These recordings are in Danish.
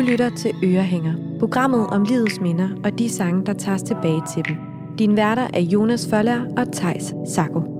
lytter til Ørehænger, programmet om livets minder og de sange, der tages tilbage til dem. Dine værter er Jonas Føller og Theis Sacco.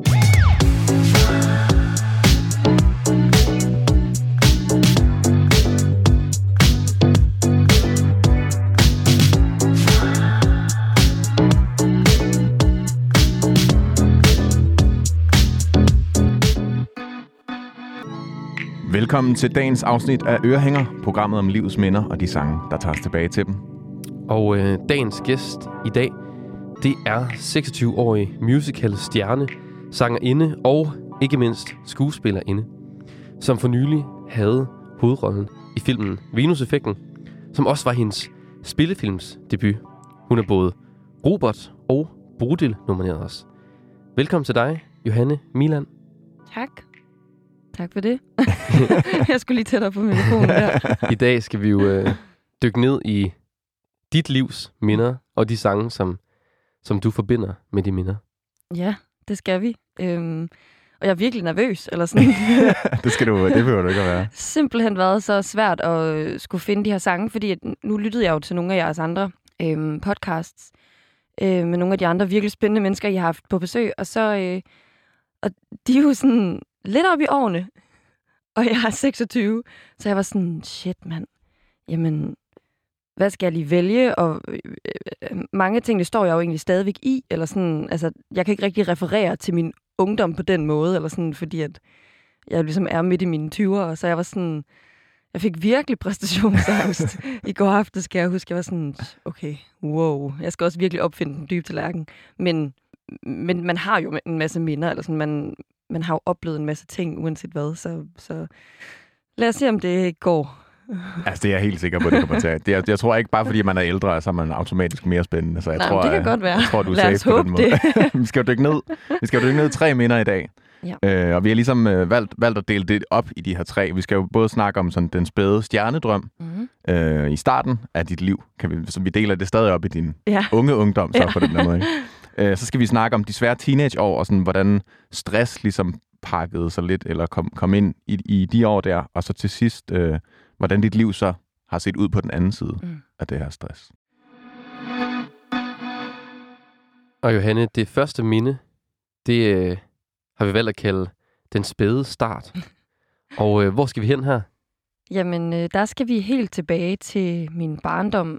Velkommen til dagens afsnit af Ørehænger, programmet om livets minder og de sange, der tages tilbage til dem. Og dagens gæst i dag, det er 26-årig musical-stjerne, sangerinde og ikke mindst skuespillerinde, som for nylig havde hovedrollen i filmen Venus-effekten, som også var hendes spillefilmsdebut. Hun er både Robert og Bodil nomineret os. Velkommen til dig, Johanne Miland. Tak. Tak for det. Jeg skulle lige tættere på mikrofonen der. I dag skal vi jo dykke ned i dit livs minder og de sange, som du forbinder med de minder. Ja, det skal vi. Og jeg er virkelig nervøs. Eller sådan. det behøver du ikke at være. Simpelthen været så svært at skulle finde de her sange, fordi at nu lyttede jeg jo til nogle af jeres andre podcasts med nogle af de andre virkelig spændende mennesker, I har haft på besøg. Og så og de er jo sådan lidt op i årene, og jeg er 26, så jeg var sådan, shit mand, jamen, hvad skal jeg lige vælge? Og mange ting, det står jeg jo egentlig stadigvæk i, eller sådan, altså, jeg kan ikke rigtig referere til min ungdom på den måde, eller sådan, fordi at jeg ligesom er midt i mine 20'ere, og så jeg var sådan, jeg fik virkelig præstationsangst. I går aftes, skal jeg huske, jeg var sådan, okay, wow, jeg skal også virkelig opfinde den dybe tallerken, men man har jo en masse minder, eller sådan, man har jo oplevet en masse ting, uanset hvad, så lad os se, om det går. Altså, det er jeg helt sikker på, det kommer til at. Jeg tror ikke, bare fordi man er ældre, så er man automatisk mere spændende. Så jeg tror, det kan godt være. Jeg tror, du er safe på den måde. Vi skal jo dykke ned i 3 minder i dag. Ja. Og vi har ligesom valgt at dele det op i de her 3. Vi skal jo både snakke om sådan den spæde stjernedrøm i starten af dit liv. Så vi deler det stadig op i din unge ungdom, så på den måde, ikke? Så skal vi snakke om de svære teenageår, og sådan, hvordan stress ligesom pakkede sig lidt, eller kom ind i de år der, og så til sidst, hvordan dit liv så har set ud på den anden side af det her stress. Og Johanne, det første minde, det har vi valgt at kalde den spæde start. Og hvor skal vi hen her? Jamen, der skal vi helt tilbage til min barndom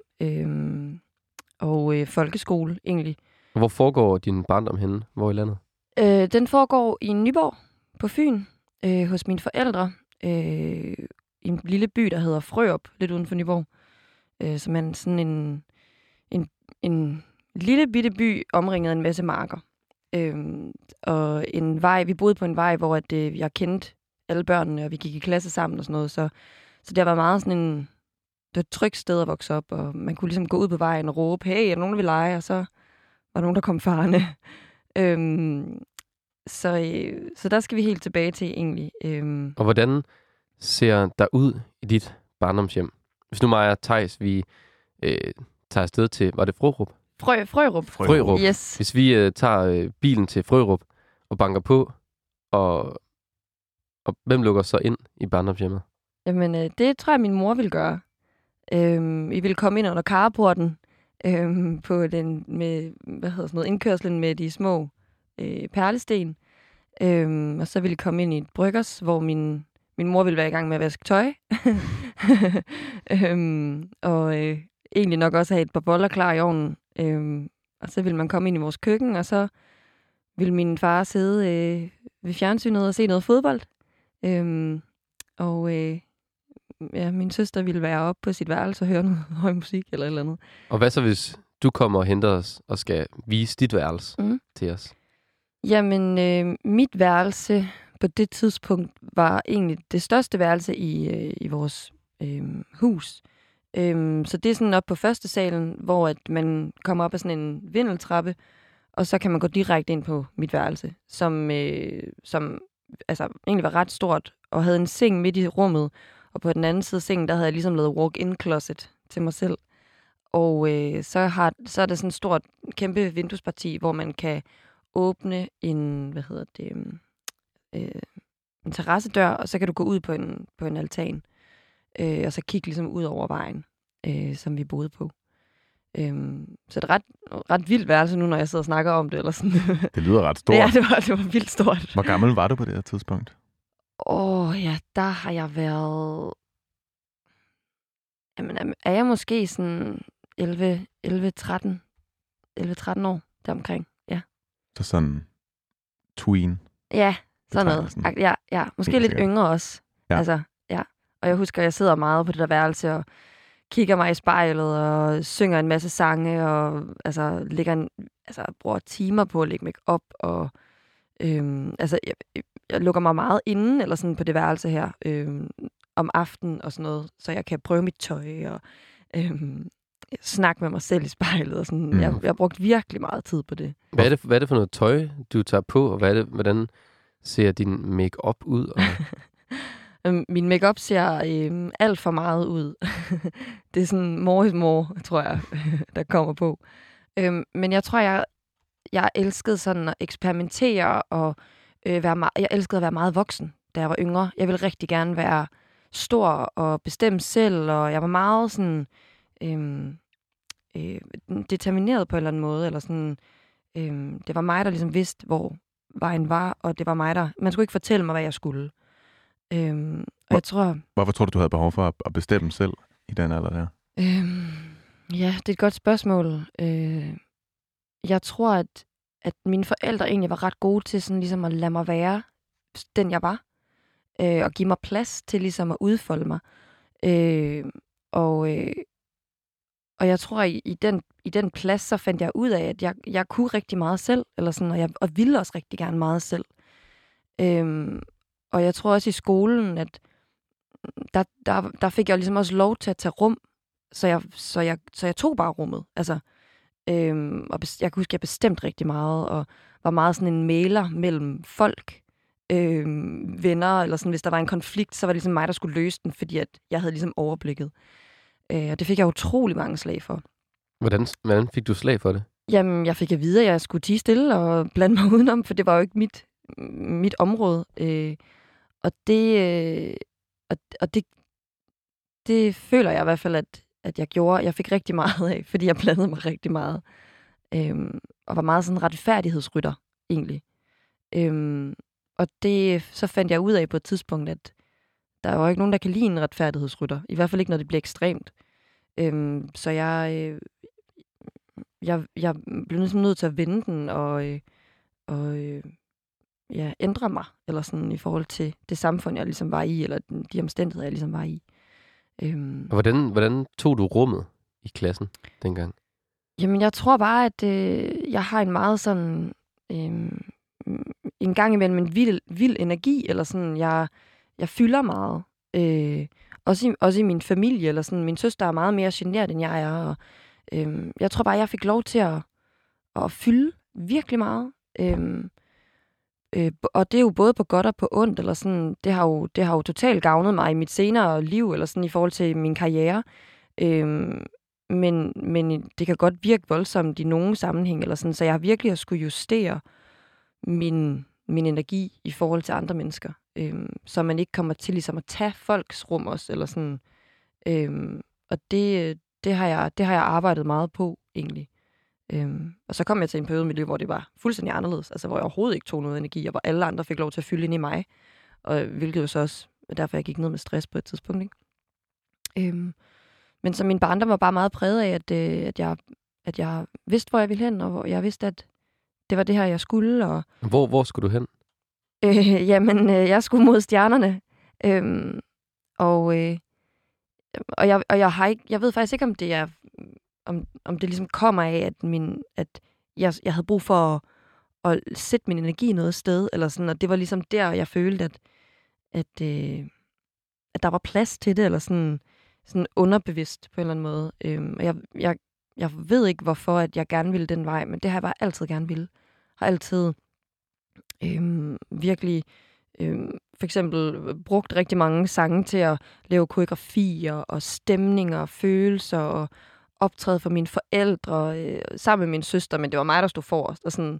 og folkeskole, egentlig. Hvor foregår din barndom henne? Hvor i landet? Den foregår i Nyborg på Fyn, hos mine forældre. I en lille by, der hedder Frørup, lidt uden for Nyborg. Som er sådan en lille bitte by, omringet af en masse marker. Og en vej, vi boede på en vej, hvor jeg kendte alle børnene, og vi gik i klasse sammen og sådan noget. Så det var meget sådan det var et trygt sted at vokse op, og man kunne ligesom gå ud på vejen og råbe, hey, er der nogen, der vil lege? Og så var nogen, der kom farne. Så der skal vi helt tilbage til, egentlig. Og hvordan ser der ud i dit barndomshjem? Hvis nu mig og Theis, vi tager afsted til, var det Frørup? Frørup. Yes. Hvis vi tager bilen til Frørup og banker på, og hvem lukker så ind i barndomshjemmet? Jamen, det tror jeg, min mor vil gøre. I vil komme ind under carporten, på den med, indkørslen med de små perlesten. Og så ville jeg komme ind i et bryggers, hvor min mor ville være i gang med at vaske tøj. Og egentlig nok også have et par boller klar i ovnen. Og så ville man komme ind i vores køkken, og så ville min far sidde ved fjernsynet og se noget fodbold. Min søster ville være oppe på sit værelse og høre noget høj musik eller et eller andet. Og hvad så, hvis du kommer og henter os og skal vise dit værelse til os? Jamen, mit værelse på det tidspunkt var egentlig det største værelse i vores hus. Så det er sådan op på første salen, hvor at man kommer op ad sådan en vindeltrappe, og så kan man gå direkte ind på mit værelse, som altså egentlig var ret stort, og havde en seng midt i rummet, og på den anden side af sengen, der havde jeg ligesom lavet walk-in closet til mig selv. Og så er der sådan et stort, kæmpe vinduesparti, hvor man kan åbne en, en terrassedør, og så kan du gå ud på en altan, og så kigge ligesom ud over vejen. som vi boede på. Så det er ret vildt værelse nu, når jeg sidder og snakker om det. Eller sådan. Det lyder ret stort. Ja, det var vildt stort. Hvor gammel var du på det her tidspunkt? Ja, der har jeg været... Jamen, er jeg måske sådan 11-13 år deromkring, ja. Så sådan tween? Ja, sådan noget. Ja. Måske lidt yngre også. Ja. Altså, ja. Og jeg husker, at jeg sidder meget på det der værelse og kigger mig i spejlet og synger en masse sange og bruger timer på at lægge make op og jeg lukker mig meget inde eller sådan på det værelse her om aftenen og sådan noget, så jeg kan prøve mit tøj og snakke med mig selv i spejlet og sådan. Jeg har brugt virkelig meget tid på det. Hvad er det for noget tøj, du tager på, og hvordan ser din make-up ud? Og... Min make-up ser alt for meget ud. Det er sådan mor, tror jeg, der kommer på. Men jeg tror, jeg elskede sådan at eksperimentere og jeg elskede at være meget voksen, da jeg var yngre. Jeg ville rigtig gerne være stor og bestemme selv, og jeg var meget sådan determineret på en eller anden måde, eller sådan, det var mig, der ligesom vidste, hvor vejen var, og det var mig, man skulle ikke fortælle mig, hvad jeg skulle. Jeg tror... Hvorfor tror du havde behov for at bestemme selv i den alder der? Ja, det er et godt spørgsmål. Jeg tror, at mine forældre egentlig var ret gode til sådan ligesom at lade mig være den, jeg var. Og give mig plads til ligesom at udfolde mig. Og jeg tror, i den plads, så fandt jeg ud af, at jeg kunne rigtig meget selv, eller sådan, og ville også rigtig gerne meget selv. Og jeg tror også i skolen, at der fik jeg ligesom også lov til at tage rum, så jeg tog bare rummet. Altså, og jeg kan huske, at jeg bestemte rigtig meget, og var meget sådan en mægler mellem folk, venner, eller sådan, hvis der var en konflikt, så var det ligesom mig, der skulle løse den, fordi at jeg havde ligesom overblikket. Og det fik jeg utrolig mange slag for. Hvordan fik du slag for det? Jamen, jeg fik at vide, at jeg skulle tie stille og blande mig udenom, for det var jo ikke mit område. Og det føler jeg i hvert fald, at jeg gjorde. Jeg fik rigtig meget af, fordi jeg blandede mig rigtig meget. Og var meget sådan en retfærdighedsrytter, egentlig. Og så fandt jeg ud af på et tidspunkt, at der er jo ikke nogen, der kan lide en retfærdighedsrytter. I hvert fald ikke, når det bliver ekstremt. Så jeg blev ligesom nødt til at vende den og ændre mig, eller sådan i forhold til det samfund, jeg ligesom var i, eller de omstændigheder, jeg ligesom var i. Og hvordan tog du rummet i klassen dengang? Jamen, jeg tror bare, at jeg har en meget sådan... en gang imellem en vild energi, eller sådan, jeg fylder meget. Også i min familie, eller sådan, min søster er meget mere genert, end jeg er, og jeg tror bare, jeg fik lov til at fylde virkelig meget. Og det er jo både på godt og på ondt, eller sådan, det har jo totalt gavnet mig i mit senere liv, eller sådan i forhold til min karriere. Men det kan godt virke voldsomt i nogle sammenhæng, eller sådan, så jeg har virkelig at skulle justere min energi i forhold til andre mennesker, så man ikke kommer til ligesom at tage folks rum også, eller sådan. Og det har jeg arbejdet meget på, egentlig. Og så kom jeg til en periode i mit liv, hvor det var fuldstændig anderledes, altså hvor jeg overhovedet ikke tog noget energi, og hvor alle andre fik lov til at fylde ind i mig, og hvilket jo så også, derfor jeg gik ned med stress på et tidspunkt, ikke? Men så min barndom var bare meget præget af, at jeg vidste, hvor jeg ville hen, og hvor jeg vidste, at det var det her, jeg skulle. Og Hvor skulle du hen? Jeg skulle mod stjernerne. Jeg ved faktisk ikke, om det er, om det ligesom kommer af, at jeg havde brug for at sætte min energi noget sted, eller sådan, og det var ligesom der, jeg følte, at der var plads til det, eller sådan underbevidst på en eller anden måde. Og jeg ved ikke, hvorfor at jeg gerne ville den vej, men det har jeg bare altid gerne ville. Har altid virkelig for eksempel brugt rigtig mange sange til at lave koreografier og stemninger og følelser og optræde for mine forældre sammen med min søster, men det var mig, der stod forrest. Og sådan,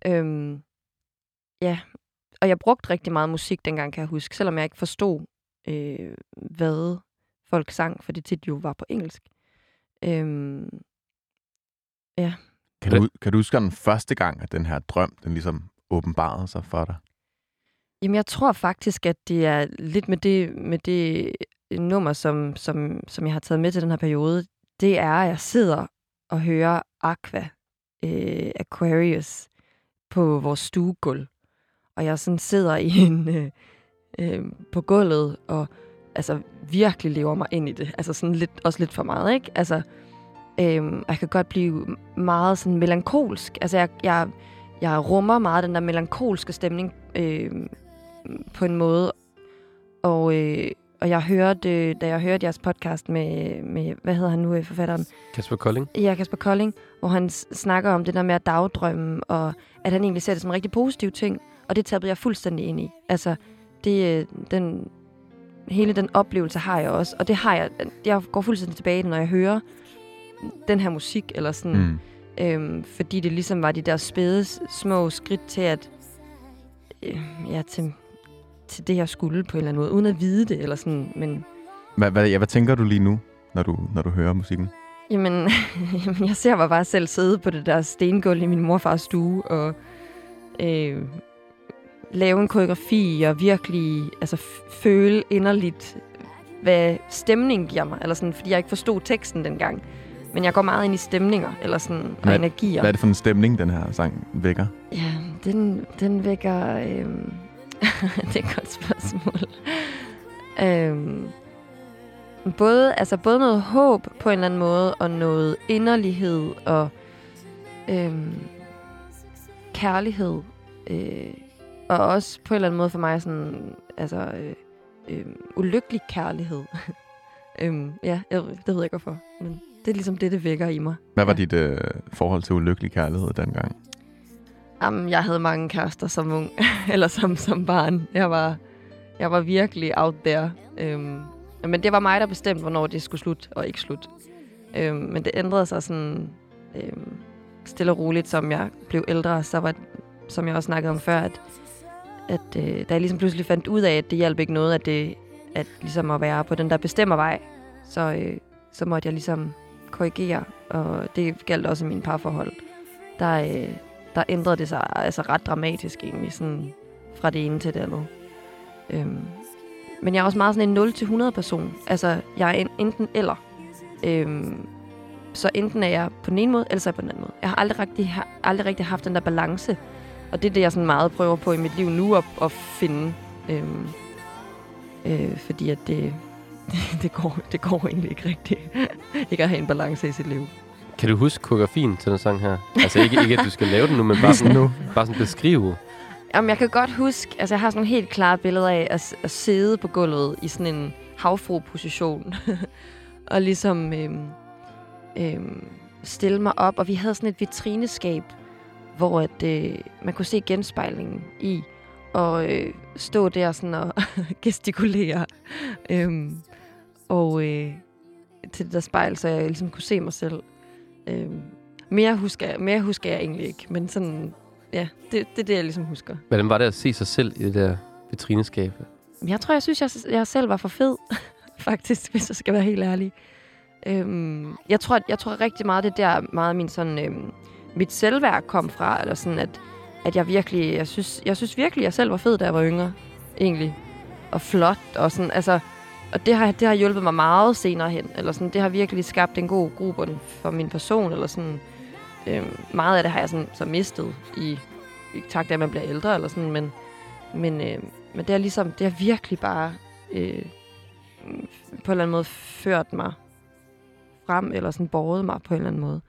og jeg brugte rigtig meget musik dengang, kan jeg huske, selvom jeg ikke forstod, hvad folk sang, for det tit jo var på engelsk. Ja. Kan du huske den første gang, at den her drøm, den ligesom åbenbarede sig for dig? Jamen, jeg tror faktisk, at det er lidt med det nummer, som jeg har taget med til den her periode. Det er, at jeg sidder og hører Aquarius på vores stuegulv. Og jeg sådan sidder i på gulvet og altså virkelig lever mig ind i det. Altså sådan også lidt for meget, ikke? Altså, jeg kan godt blive meget sådan melankolsk. Altså, jeg rummer meget den der melankolske stemning på en måde. Og jeg hørte, da jeg hørte jeres podcast med hvad hedder han nu, forfatteren? Kasper Kolding. Ja, Kasper Kolding, hvor han snakker om det der med at dagdrømme, og at han egentlig ser det som en rigtig positiv ting. Og det tabbede jeg fuldstændig ind i. Altså, hele den oplevelse har jeg også. Og det har jeg går fuldstændig tilbage, når jeg hører den her musik, eller sådan. Fordi det ligesom var de der spæde, små skridt til at til det, jeg skulle på en eller anden måde, uden at vide det, eller sådan, men... Hvad tænker du lige nu, når du hører musikken? Jamen, jeg ser mig bare selv sidde på det der stengulv i min morfars stue, og lave en koreografi, og virkelig føle inderligt, hvad stemning giver mig, eller sådan, fordi jeg ikke forstod teksten dengang. Men jeg går meget ind i stemninger, eller sådan, og energier. Hvad er det for en stemning, den her sang vækker? Ja, den vækker... det er et godt spørgsmål. Både noget håb på en eller anden måde, og noget inderlighed, og kærlighed. Og også på en eller anden måde for mig sådan, ulykkelig kærlighed. Ja, det ved jeg ikke hvorfor, men det er ligesom det vækker i mig. Hvad var dit forhold til ulykkelig kærlighed dengang? Jamen, jeg havde mange kærester som ung, eller som barn. Jeg var virkelig out there. Men det var mig, der bestemte, hvornår det skulle slutte og ikke slutte. Men det ændrede sig sådan stille og roligt, som jeg blev ældre. Så var, som jeg også snakkede om før, at da jeg ligesom pludselig fandt ud af, at det hjalp ikke noget, at ligesom at være på den der bestemmervej, så måtte jeg ligesom korrigere. Og det galt også i mine parforhold. Der ændrede det sig ret dramatisk egentlig, sådan fra det ene til det andet. Men jeg er også meget sådan en 0-100 person. Altså, jeg er enten eller. Så enten er jeg på den ene måde, eller så er jeg på den anden måde. Jeg har aldrig rigtig haft den der balance. Og det er det, jeg sådan meget prøver på i mit liv nu at finde. Fordi at det går egentlig ikke rigtigt. Ikke at have en balance i sit liv. Kan du huske koreografien til den sang her? Altså ikke at du skal lave den nu, men bare sådan beskrive. Jamen, jeg kan godt huske, altså jeg har sådan nogle helt klare billeder af at sidde på gulvet i sådan en havfru-position. Og ligesom stille mig op. Og vi havde sådan et vitrineskab, hvor man kunne se genspejlingen i. Og stå der sådan og gestikulere. Til det der spejl, så jeg ligesom kunne se mig selv. Mere husker jeg egentlig ikke, men sådan, ja, det er det, jeg ligesom husker. Hvordan var det at se sig selv i det der vitrineskab? Jeg tror, jeg synes, jeg selv var for fed, faktisk, hvis jeg skal være helt ærlig. Jeg tror rigtig meget, det der meget min sådan, mit selvværd kom fra, eller sådan, at jeg virkelig, jeg synes virkelig, jeg selv var fed, da jeg var yngre, egentlig. Og flot, og sådan, altså... Og det har hjulpet mig meget senere hen. Eller sådan, det har virkelig skabt en god grobund for min person. Eller sådan, meget af det har jeg så mistet i takt af, at man bliver ældre. Eller sådan, men det er ligesom, det har virkelig bare på en eller anden måde ført mig frem. Eller sådan båret mig på en eller anden måde.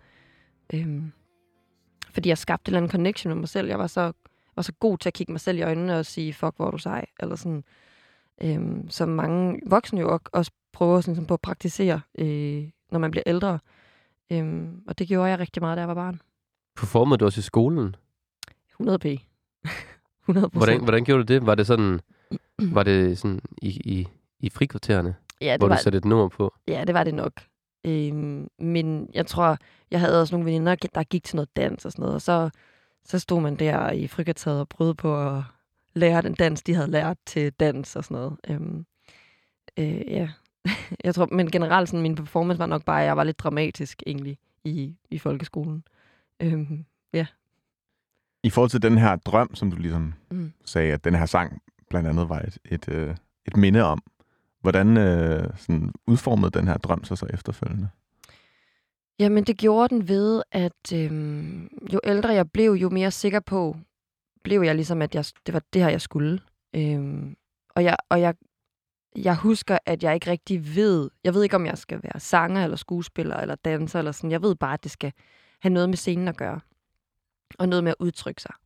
Fordi jeg skabte en eller anden connection med mig selv. Jeg var så god til at kigge mig selv i øjnene og sige, fuck, hvor er du sej. Eller sådan... som mange voksne jo også prøver sådan, på at praktisere, når man bliver ældre. Og det gjorde jeg rigtig meget, da jeg var barn. Performede du også i skolen? 100p. 100%. Hvordan gjorde du det? Var det sådan i frikvartererne, hvor du satte et nummer på? Ja, det var det nok. Men jeg tror, jeg havde også nogle veninder, der gik til noget dans og sådan noget, og så stod man der i frikvarteret og prøvede på at lære den dans, de havde lært til dans og sådan noget. Ja. Jeg tror, men generelt sådan, min performance var nok bare, at jeg var lidt dramatisk egentlig i folkeskolen. Ja. I forhold til den her drøm, som du ligesom sagde, at den her sang blandt andet var et minde om, hvordan sådan udformede den her drøm sig så efterfølgende? Jamen, det gjorde den ved, at jo ældre jeg blev, jo mere sikker på, blev jeg ligesom, at det var det her, jeg skulle. Og jeg husker, at jeg ikke rigtig ved, jeg ved ikke, om jeg skal være sanger, eller skuespiller, eller danser, eller sådan. Jeg ved bare, at det skal have noget med scenen at gøre. Og noget med at udtrykke sig.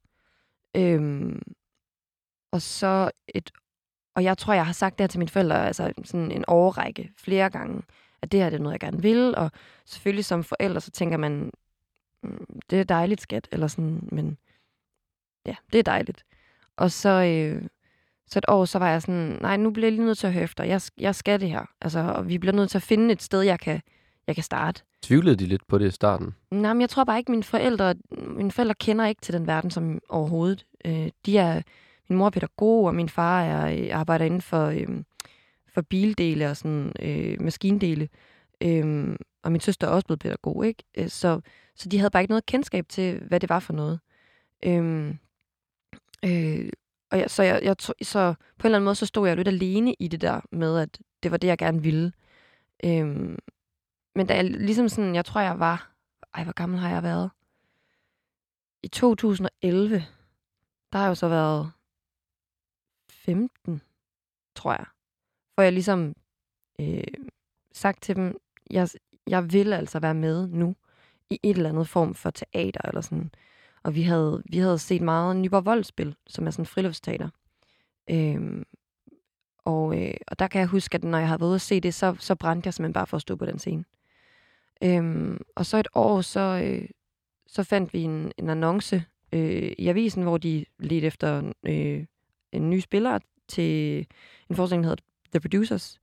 Og jeg tror, jeg har sagt det her til mine forældre, altså sådan en årrække, flere gange, at det her det er noget, jeg gerne vil. Og selvfølgelig som forældre, så tænker man, det er dejligt, skat, eller sådan, men ja, det er dejligt. Og så et år, så var jeg sådan, nej, nu bliver jeg lige nødt til at høre efter. Jeg skal det her. Altså, og vi bliver nødt til at finde et sted, jeg kan starte. Tvivlede de lidt på det i starten? Nej, men jeg tror bare ikke, mine forældre kender ikke til den verden som overhovedet. Min mor er pædagog, og min far arbejder inden for bildele og sådan maskindele. Og min søster er også blevet pædagog, ikke? Så de havde bare ikke noget kendskab til, hvad det var for noget. Så på en eller anden måde, så stod jeg lidt alene i det der med, at det var det, jeg gerne ville. Men da jeg ligesom sådan, jeg tror, jeg var... hvor gammel har jeg været? I 2011, der har jeg jo så været 15, tror jeg. Hvor jeg ligesom sagt til dem, jeg vil altså være med nu i et eller andet form for teater eller sådan. Og vi havde set meget Nyborg Voldspil, som er sådan friluftsteater. Og der kan jeg huske, at når jeg havde været ude at se det, så brændte jeg simpelthen bare for at stå på den scene. Og så et år, så fandt vi en annonce i avisen, hvor de ledte efter en ny spiller til en forestilling, der hedder The Producers.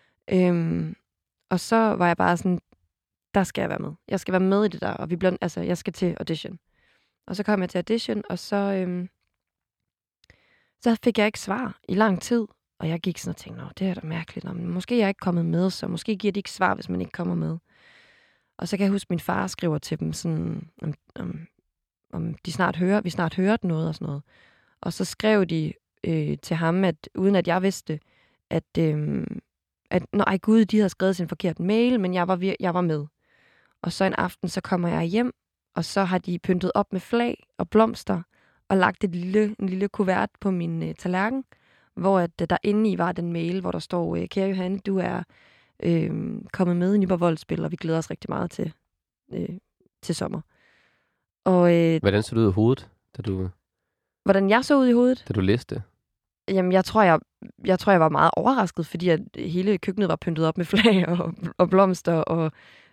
Og så var jeg bare sådan, der skal jeg være med. Jeg skal være med i det der, og jeg skal til audition. Og så kom jeg til audition, og så fik jeg ikke svar i lang tid. Og jeg gik sådan og tænkte, det er da mærkeligt. Men måske er jeg ikke kommet med, så måske giver de ikke svar, hvis man ikke kommer med. Og så kan jeg huske, at min far skriver til dem, sådan, om de vi snart hørte noget og sådan noget. Og så skrev de til ham, at uden at jeg vidste, at gud, de havde skrevet sin forkert mail, men jeg var med. Og så en aften, så kommer jeg hjem, og så har de pyntet op med flag og blomster, og lagt en lille kuvert på min tallerken, hvor at der inde i var den mail, hvor der står, kære Johanne, du er kommet med i Nyborg Voldspil, og vi glæder os rigtig meget til sommer. Og, hvordan så du ud i hovedet, hvordan jeg så ud i hovedet? Da du læste? Jamen, jeg tror, jeg var meget overrasket, fordi at hele køkkenet var pyntet op med flag og blomster, og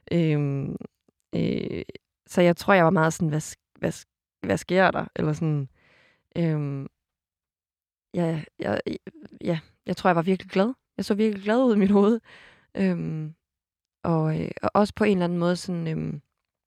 så jeg tror, jeg var meget sådan, hvad sker der? Eller sådan, jeg tror, jeg var virkelig glad. Jeg så virkelig glad ud i mit hoved. Og også på en eller anden måde sådan,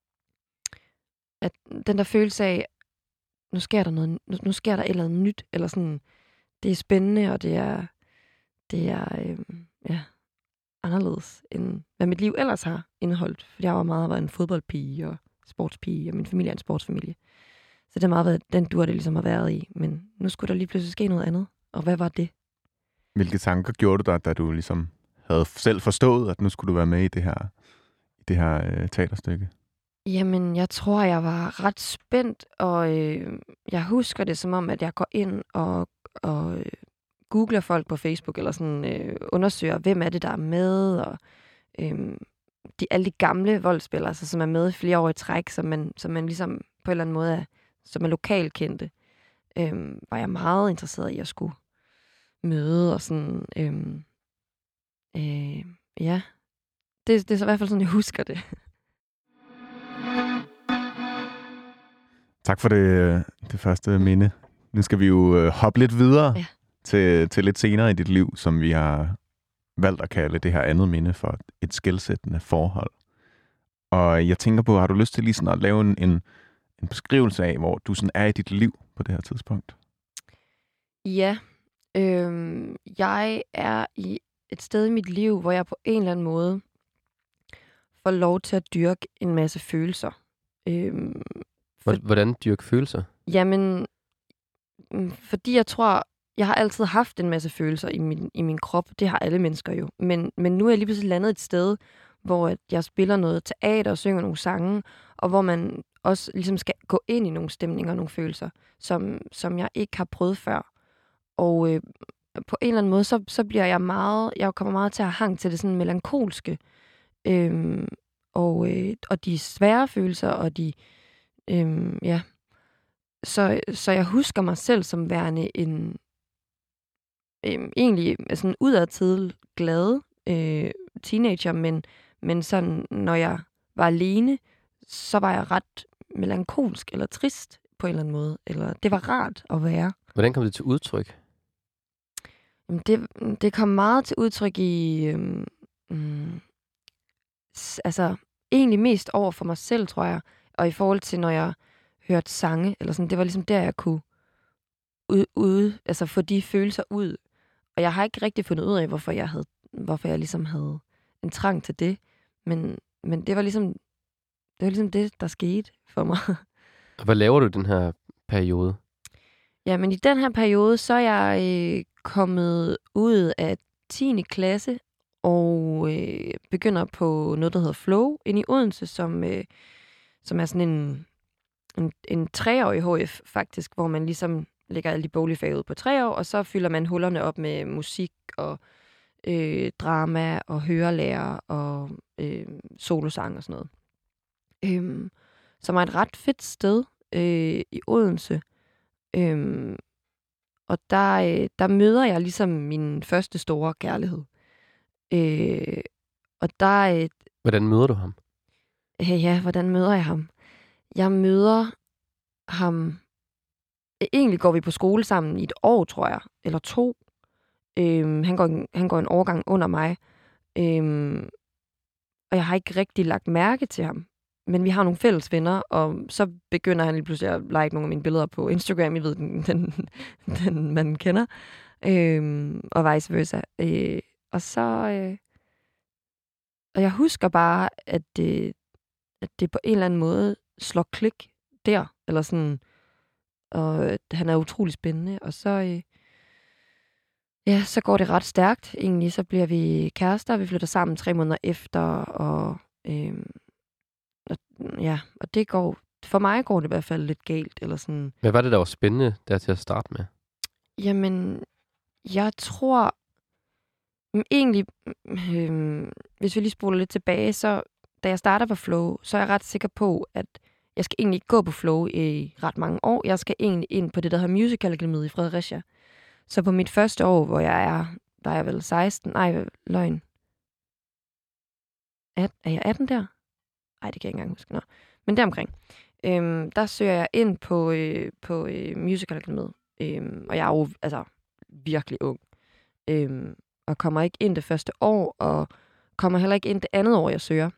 at den der følelse af, nu sker der noget, nu sker der et eller andet nyt, eller sådan, det er spændende, og det er anderledes, end hvad mit liv ellers har indeholdt. For jeg har meget været en fodboldpige og sportspige, og min familie er en sportsfamilie. Så det har meget været den dur, det ligesom har været i. Men nu skulle der lige pludselig ske noget andet. Og hvad var det? Hvilke tanker gjorde du dig, da du ligesom havde selv forstået, at nu skulle du være med i det her teaterstykke? Jamen, jeg tror, jeg var ret spændt, og jeg husker det som om, at jeg går ind og googler folk på Facebook, eller sådan undersøger, hvem er det, der er med, og alle de gamle voldspillere, altså, som er med i flere år i træk, som man ligesom på en eller anden måde som er lokalkendte, var jeg meget interesseret i at skulle møde, og sådan, ja, det er så i hvert fald sådan, jeg husker det. Tak for det første minde. Nu skal vi jo hoppe lidt videre til lidt senere i dit liv, som vi har valgt at kalde det her andet minde for et skelsættende forhold. Og jeg tænker på, har du lyst til lige sådan at lave en beskrivelse af, hvor du sådan er i dit liv på det her tidspunkt? Ja, jeg er i et sted i mit liv, hvor jeg på en eller anden måde får lov til at dyrke en masse følelser. Hvordan dyrke følelser? Jamen, fordi jeg tror, jeg har altid haft en masse følelser i min krop. Det har alle mennesker jo. Men nu er jeg lige pludselig landet et sted, hvor jeg spiller noget teater og synger nogle sange, og hvor man også ligesom skal gå ind i nogle stemninger og nogle følelser, som jeg ikke har prøvet før. Og på en eller anden måde, så bliver jeg kommer meget til at hang til det sådan melankolske, og de svære følelser, og de, ja. Så jeg husker mig selv som værende en egentlig sådan udadtil glad teenager, men sådan, når jeg var alene, så var jeg ret melankolsk eller trist på en eller anden måde. Eller det var rart at være. Hvordan kom det til udtryk? Det kom meget til udtryk i... altså, egentlig mest over for mig selv, tror jeg. Og i forhold til, når jeg hørte sange, eller sådan, det var ligesom der, jeg kunne få de følelser ud. Og jeg har ikke rigtig fundet ud af, hvorfor jeg ligesom havde en trang til det. Men det var ligesom det, der skete for mig. Hvad laver du i den her periode? Ja, men i den her periode, så er jeg kommet ud af 10. klasse og begynder på noget, der hedder Flow inde i Odense, som er sådan en 3-årig HF faktisk, hvor man ligesom lægger alle de boglige fag ud på 3 år, og så fylder man hullerne op med musik og drama og hørelærer og solosang og sådan noget. Som er et ret fedt sted i Odense. Og der møder jeg ligesom min første store kærlighed. Hvordan møder du ham? Ja, hvordan møder jeg ham? Jeg møder ham... Egentlig går vi på skole sammen i et år, tror jeg. Eller 2. Han går en årgang under mig. Og jeg har ikke rigtig lagt mærke til ham. Men vi har nogle fælles venner, og så begynder han lige pludselig at like nogle af mine billeder på Instagram. I ved, den man kender. Og vice versa. Og så... og jeg husker bare, at det på en eller anden måde slår klik der. Eller sådan... Og han er utrolig spændende. Og så... så går det ret stærkt, egentlig. Så bliver vi kærester, vi flytter sammen 3 måneder efter, og det går... For mig går det i hvert fald lidt galt, eller sådan... Hvad var det, der var spændende der til at starte med? Jamen, jeg tror... Egentlig, hvis vi lige spoler lidt tilbage, så da jeg starter på Flow, så er jeg ret sikker på, at jeg skal egentlig ikke gå på Flow i ret mange år. Jeg skal egentlig ind på det, der hedder Musical Akademiet i Fredericia. Så på mit første år, hvor der er jeg vel 16, løgn. Er jeg 18 der? Nej, det kan jeg ikke engang huske. Nå. Men deromkring. Der søger jeg ind på Musical Akademiet. Og jeg er jo altså virkelig ung. Og kommer ikke ind det første år, og kommer heller ikke ind det andet år, jeg søger.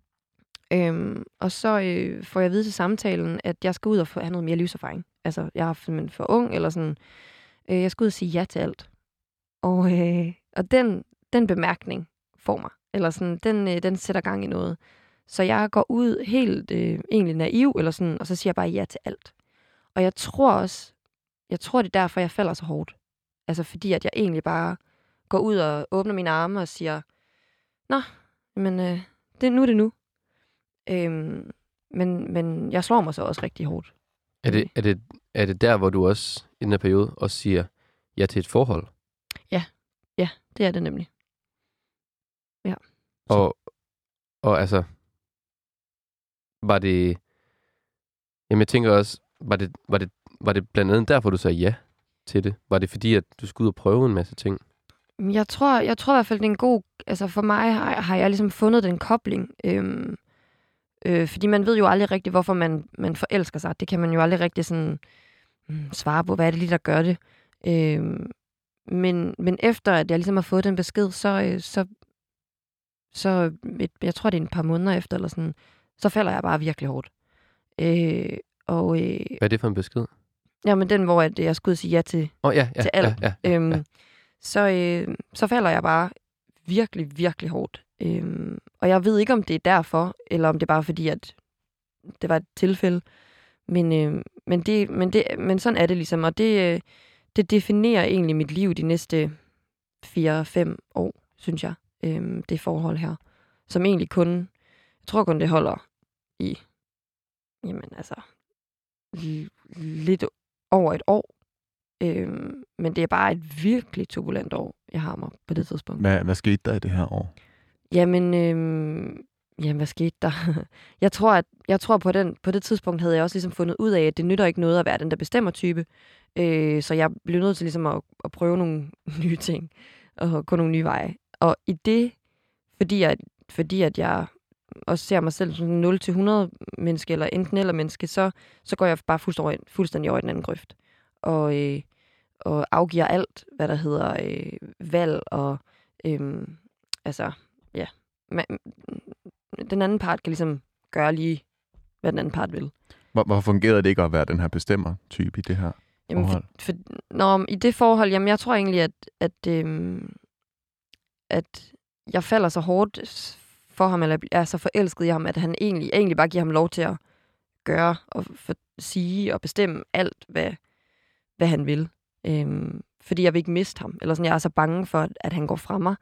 Og så får jeg at vide til samtalen, at jeg skal ud og have noget mere livserfaring. Altså, jeg er simpelthen for ung, eller sådan... Jeg skal ud og sige ja til alt. Og den bemærkning får mig. Eller sådan, den sætter gang i noget. Så jeg går ud helt egentlig naiv, eller sådan, og så siger jeg bare ja til alt. Og jeg tror det er derfor, jeg falder så hårdt. Altså fordi, at jeg egentlig bare går ud og åbner mine arme og siger, nå, men nu er det nu. Men jeg slår mig så også rigtig hårdt. Er det der, hvor du også i den her periode også siger ja til et forhold? Ja, det er det nemlig. Ja. Og altså, var det... Jamen jeg tænker også, var det blandt andet derfor, du sagde ja til det? Var det fordi, at du skulle ud og prøve en masse ting? Jeg tror i hvert fald, det er en god... Altså for mig har jeg ligesom fundet den kobling. Fordi man ved jo aldrig rigtigt, hvorfor man forelsker sig. Det kan man jo aldrig rigtig sådan svare på, hvad er det lige, der gør det. Men efter, at jeg ligesom har fået den besked, så jeg tror, det er et par måneder efter, eller sådan, så falder jeg bare virkelig hårdt. Hvad er det for en besked? Jamen den, hvor jeg skulle sige ja til, til alt. Ja. Så falder jeg bare virkelig, virkelig hårdt. Og jeg ved ikke, om det er derfor, eller om det er bare fordi, at det var et tilfælde. Men sådan er det ligesom, og det definerer egentlig mit liv de næste 4-5 år, synes jeg, det forhold her. Som egentlig jeg tror kun det holder i, lidt over et år. Men det er bare et virkelig turbulent år, jeg har mig på det tidspunkt. Hvad skete der i det her år? Jamen, hvad skete der? Jeg tror på det tidspunkt havde jeg også ligesom fundet ud af, at det nytter ikke noget at være den der bestemmer-type. Så jeg blev nødt til ligesom at prøve nogle nye ting og gå nogle nye veje. Og i det, fordi at jeg også ser mig selv som 0-100 menneske, eller enten eller menneske, så går jeg bare fuldstændig over i den anden grøft. Og afgiver alt, hvad der hedder valg og den anden part kan ligesom gøre lige, hvad den anden part vil. Hvorfor fungerede det ikke at være den her bestemmer-type i det her forhold? I det forhold, jeg tror egentlig, at jeg falder så hårdt for ham, eller er så forelsket i ham, at han egentlig bare giver ham lov til at gøre og sige og bestemme alt, hvad han vil. Fordi jeg vil ikke miste ham. Eller sådan, jeg er så bange for, at han går fra mig.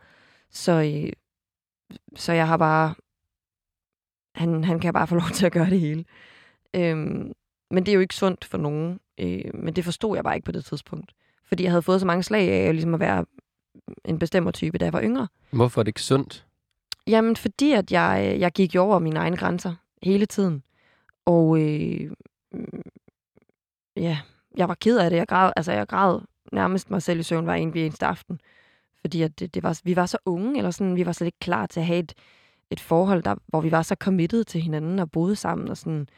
Så jeg har bare... Han kan bare få lov til at gøre det hele. Men det er jo ikke sundt for nogen. Men det forstod jeg bare ikke på det tidspunkt. Fordi jeg havde fået så mange slag af ligesom at være en bestemmer-type, da jeg var yngre. Hvorfor er det ikke sundt? Jamen, fordi at jeg gik jo over mine egne grænser hele tiden. Og jeg var ked af det. Jeg græd nærmest mig selv i søvn hver eneste aften. Fordi at vi var så unge, eller sådan, vi var slet ikke klar til at have et forhold, hvor vi var så committed til hinanden og boede sammen. Og sådan,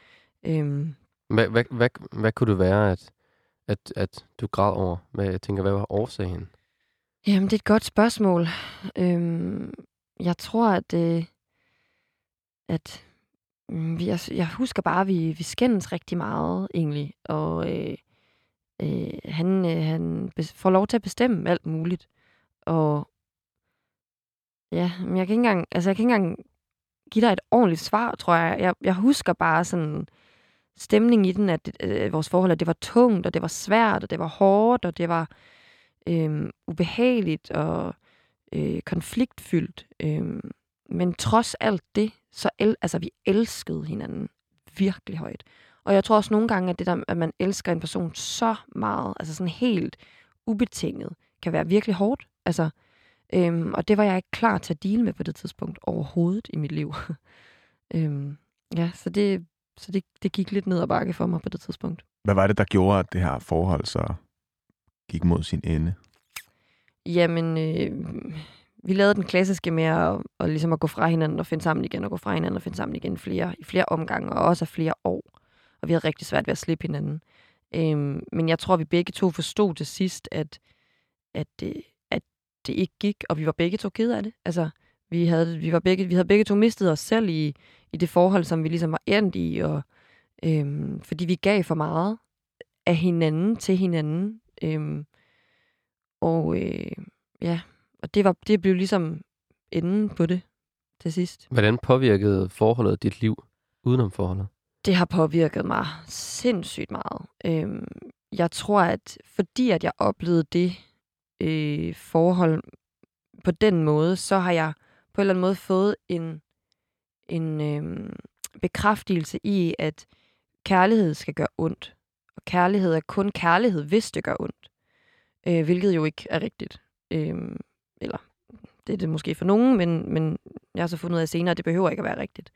Hvad kunne det være, at du græd over? Jeg tænker, hvad var årsagen? Jamen, det er et godt spørgsmål. Jeg tror, at jeg husker bare, at vi skændes rigtig meget, egentlig. Og han får lov til at bestemme alt muligt. Og ja, men jeg kan ikke engang give dig et ordentligt svar, tror jeg. Jeg husker bare sådan stemningen i den, at vores forhold, at det var tungt, og det var svært, og det var hårdt, og det var ubehageligt og konfliktfyldt. Men trods alt det, så vi elskede hinanden virkelig højt. Og jeg tror også nogle gange, at det der, at man elsker en person så meget, altså sådan helt ubetinget, kan være virkelig hårdt. Altså, og det var jeg ikke klar til at deale med på det tidspunkt overhovedet i mit liv. Så det gik lidt ned ad bakke for mig på det tidspunkt. Hvad var det, der gjorde, at det her forhold så gik mod sin ende? Jamen, vi lavede den klassiske med at ligesom at gå fra hinanden og finde sammen igen, og gå fra hinanden og finde sammen igen i flere omgange, og også af flere år. Og vi havde rigtig svært ved at slippe hinanden. Men jeg tror, vi begge to forstod til sidst, at det ikke gik, og vi var begge to kede af det. Altså, vi havde begge to mistet os selv i det forhold, som vi ligesom var endt i, og fordi vi gav for meget af hinanden til hinanden. Og det blev ligesom enden på det til sidst. Hvordan påvirkede forholdet dit liv udenom forholdet? Det har påvirket mig sindssygt meget. Jeg tror, at fordi at jeg oplevede det forhold på den måde, så har jeg på en eller anden måde fået en bekræftelse i, at kærlighed skal gøre ondt. Og kærlighed er kun kærlighed, hvis det gør ondt. Hvilket jo ikke er rigtigt. Eller det er det måske for nogen, men jeg har så fundet ud af senere, at det behøver ikke at være rigtigt.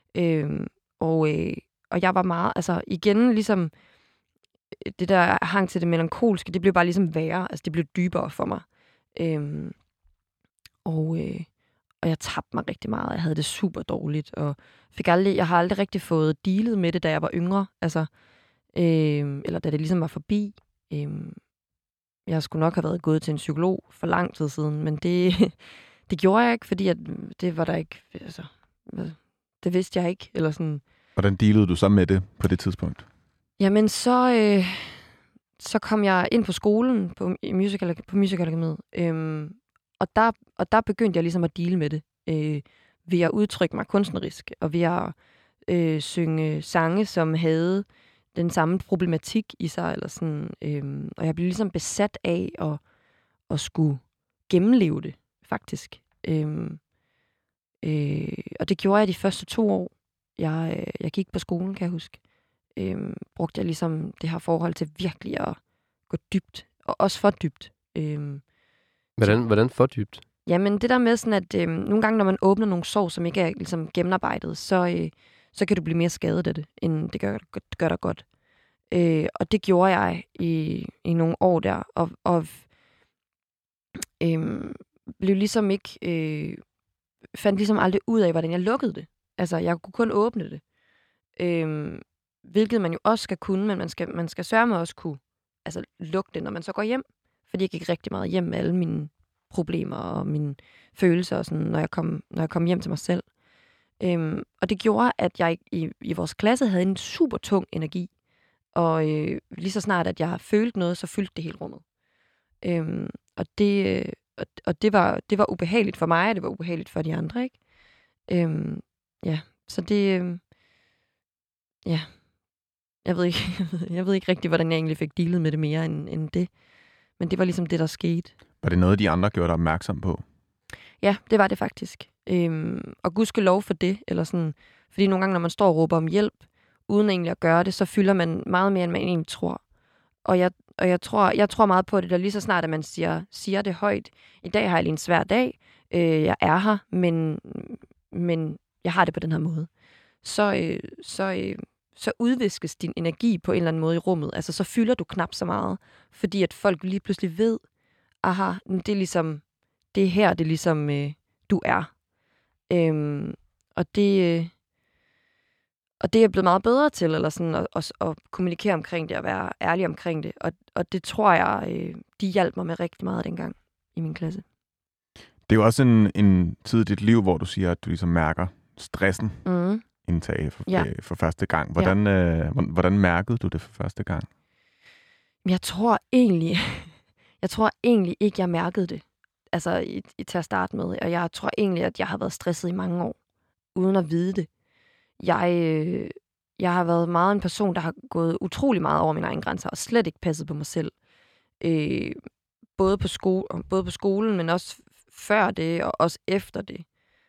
Og jeg var meget, altså igen ligesom det der hang til det melankolske, det blev bare ligesom værre, altså det blev dybere for mig. Og jeg tabte mig rigtig meget, jeg havde det super dårligt, og jeg har aldrig rigtig fået dealet med det, da jeg var yngre, altså, eller da det ligesom var forbi. Jeg skulle nok have været gået til en psykolog for lang tid siden, men det gjorde jeg ikke, fordi at det var der ikke, altså, det vidste jeg ikke, eller sådan. Hvordan dealede du så med det på det tidspunkt? Jamen, så kom jeg ind på skolen på Musicalakademiet, og der begyndte jeg ligesom at deale med det. Ved at udtrykke mig kunstnerisk, og ved at synge sange, som havde den samme problematik i sig, eller sådan, og jeg blev ligesom besat af at skulle gennemleve det, faktisk. Og det gjorde jeg de første 2 år. Jeg gik på skolen, kan jeg huske. Brugte jeg ligesom det her forhold til virkelig at gå dybt, og også for dybt. Hvordan for dybt? Jamen, det der med sådan, at nogle gange, når man åbner nogle sår, som ikke er ligesom gennemarbejdet, så kan du blive mere skadet af det, end det gør dig godt. Og det gjorde jeg i nogle år der, og blev ligesom ikke... fandt ligesom aldrig ud af, hvordan jeg lukkede det. Altså, jeg kunne kun åbne det. Hvilket man jo også skal kunne, men man skal sørge med at også kunne lukke det, når man så går hjem. Fordi jeg gik rigtig meget hjem med alle mine problemer og mine følelser, og sådan, når jeg kom hjem til mig selv. Og det gjorde, at jeg i vores klasse havde en super tung energi. Og lige så snart, at jeg følte noget, så fyldte det hele rummet. Og det var ubehageligt for mig, og det var ubehageligt for de andre, ikke? Så det... Jeg ved ikke rigtig, hvordan jeg egentlig fik dealet med det mere end det. Men det var ligesom det, der skete. Var det noget, de andre gjorde dig opmærksom på? Ja, det var det faktisk. Og gudskelov for det. Eller sådan, fordi nogle gange, når man står og råber om hjælp, uden egentlig at gøre det, så fylder man meget mere, end man egentlig tror. Og jeg tror meget på det, der lige så snart, at man siger det højt. I dag har jeg lige en svær dag. Jeg er her, men jeg har det på den her måde. Så udviskes din energi på en eller anden måde i rummet. Altså, så fylder du knap så meget. Fordi at folk lige pludselig ved, aha, det er ligesom, det er her, det er ligesom, du er. Og det er jeg blevet meget bedre til, eller sådan, at kommunikere omkring det, og være ærlig omkring det. Og det tror jeg, de hjalp mig med rigtig meget dengang i min klasse. Det er jo også en tid i dit liv, hvor du siger, at du ligesom mærker stressen indtage for første gang. Hvordan mærkede du det for første gang? Jeg tror egentlig ikke, jeg mærkede det. Altså til at starte med. Og jeg tror egentlig, at jeg har været stresset i mange år, uden at vide det. Jeg har været meget en person, der har gået utrolig meget over mine egne grænser, og slet ikke passet på mig selv. Både på skolen, men også før det, og også efter det.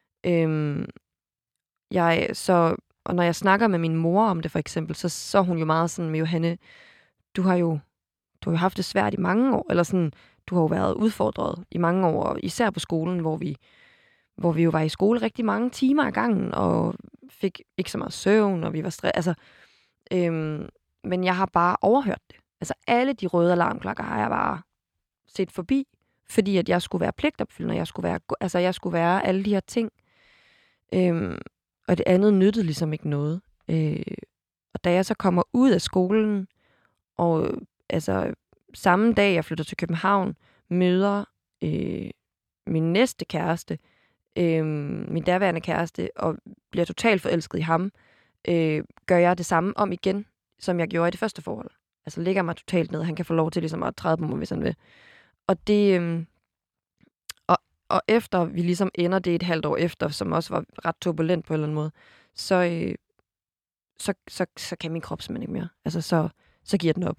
Og når jeg snakker med min mor om det, for eksempel, så er hun jo meget sådan med, Johanne, du har jo haft det svært i mange år, eller sådan, du har jo været udfordret i mange år, især på skolen, hvor vi jo var i skole rigtig mange timer ad gangen, og fik ikke så meget søvn, og vi var stresset. Men jeg har bare overhørt det. Altså alle de røde alarmklokker har jeg bare set forbi, fordi at jeg skulle være pligtopfyldende, jeg skulle være alle de her ting. Og det andet nyttede ligesom ikke noget. Og da jeg så kommer ud af skolen, og samme dag jeg flytter til København, møder min næste kæreste, min daværende kæreste, og bliver totalt forelsket i ham, gør jeg det samme om igen, som jeg gjorde i det første forhold. Altså lægger mig totalt ned. Han kan få lov til ligesom at træde på mig, hvis han vil. Og det... Og efter vi ligesom ender det et halvt år efter, som også var ret turbulent på en eller anden måde, så kan min krop simpelthen ikke mere. Altså, så giver den op.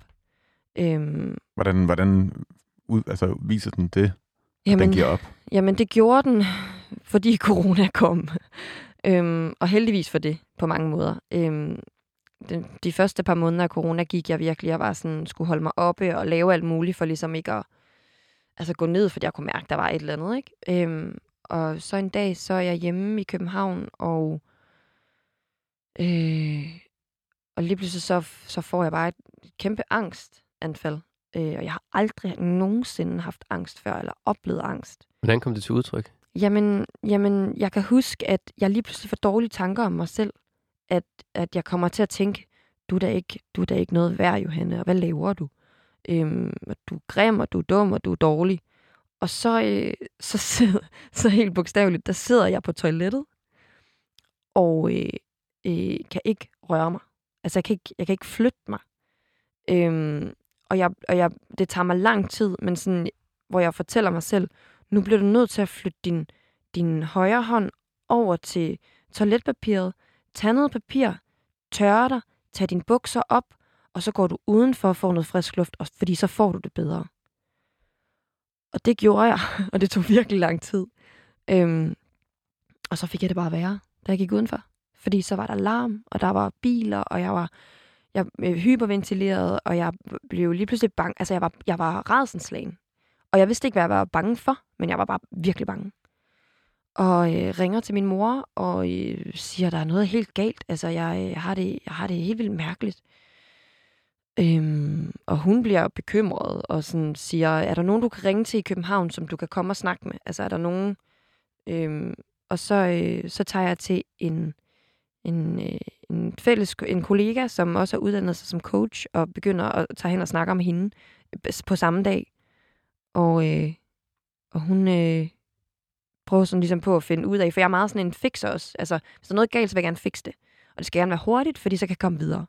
Hvordan viser den det, at den giver op? Jamen, det gjorde den, fordi corona kom. Og heldigvis for det, på mange måder. De første par måneder af corona gik jeg virkelig, jeg var sådan, skulle holde mig oppe og lave alt muligt, for ligesom ikke at gå ned, fordi jeg kunne mærke, der var et eller andet, ikke? Og så en dag, så er jeg hjemme i København, og lige pludselig så får jeg bare et kæmpe angstanfald. Og jeg har aldrig nogensinde haft angst før, eller oplevet angst. Hvordan kom det til udtryk? Jamen, jeg kan huske, at jeg lige pludselig får dårlige tanker om mig selv. At jeg kommer til at tænke, du er da ikke noget værd, Johanne, og hvad laver du? Du er grim, og du er dum, og du er dårlig. Og så helt bogstaveligt, der sidder jeg på toilettet, og kan ikke røre mig. Altså, jeg kan ikke flytte mig. Og det tager mig lang tid, men sådan, hvor jeg fortæller mig selv, nu bliver du nødt til at flytte din højre hånd over til toiletpapiret, tage noget papir, tørre dig, tage dine bukser op, og så går du udenfor og får noget frisk luft, fordi så får du det bedre. Og det gjorde jeg, og det tog virkelig lang tid. Og så fik jeg det bare værre, da jeg gik udenfor. Fordi så var der larm, og der var biler, og jeg hyperventileret, og jeg blev lige pludselig bange. Altså, jeg var rædselsslagen. Og jeg vidste ikke, hvad jeg var bange for, men jeg var bare virkelig bange. Og ringer til min mor og siger, at der er noget helt galt. Altså, jeg har det helt vildt mærkeligt. Og hun bliver bekymret og sådan siger, er der nogen, du kan ringe til i København, som du kan komme og snakke med? Altså, er der nogen... og så tager jeg til en kollega, som også har uddannet sig som coach, og begynder at tage hen og snakke med hende på samme dag. Og hun prøver sådan ligesom på at finde ud af, for jeg er meget sådan en fixer også. Altså, hvis der er noget galt, så vil jeg gerne fikse det. Og det skal gerne være hurtigt, fordi så kan jeg komme videre.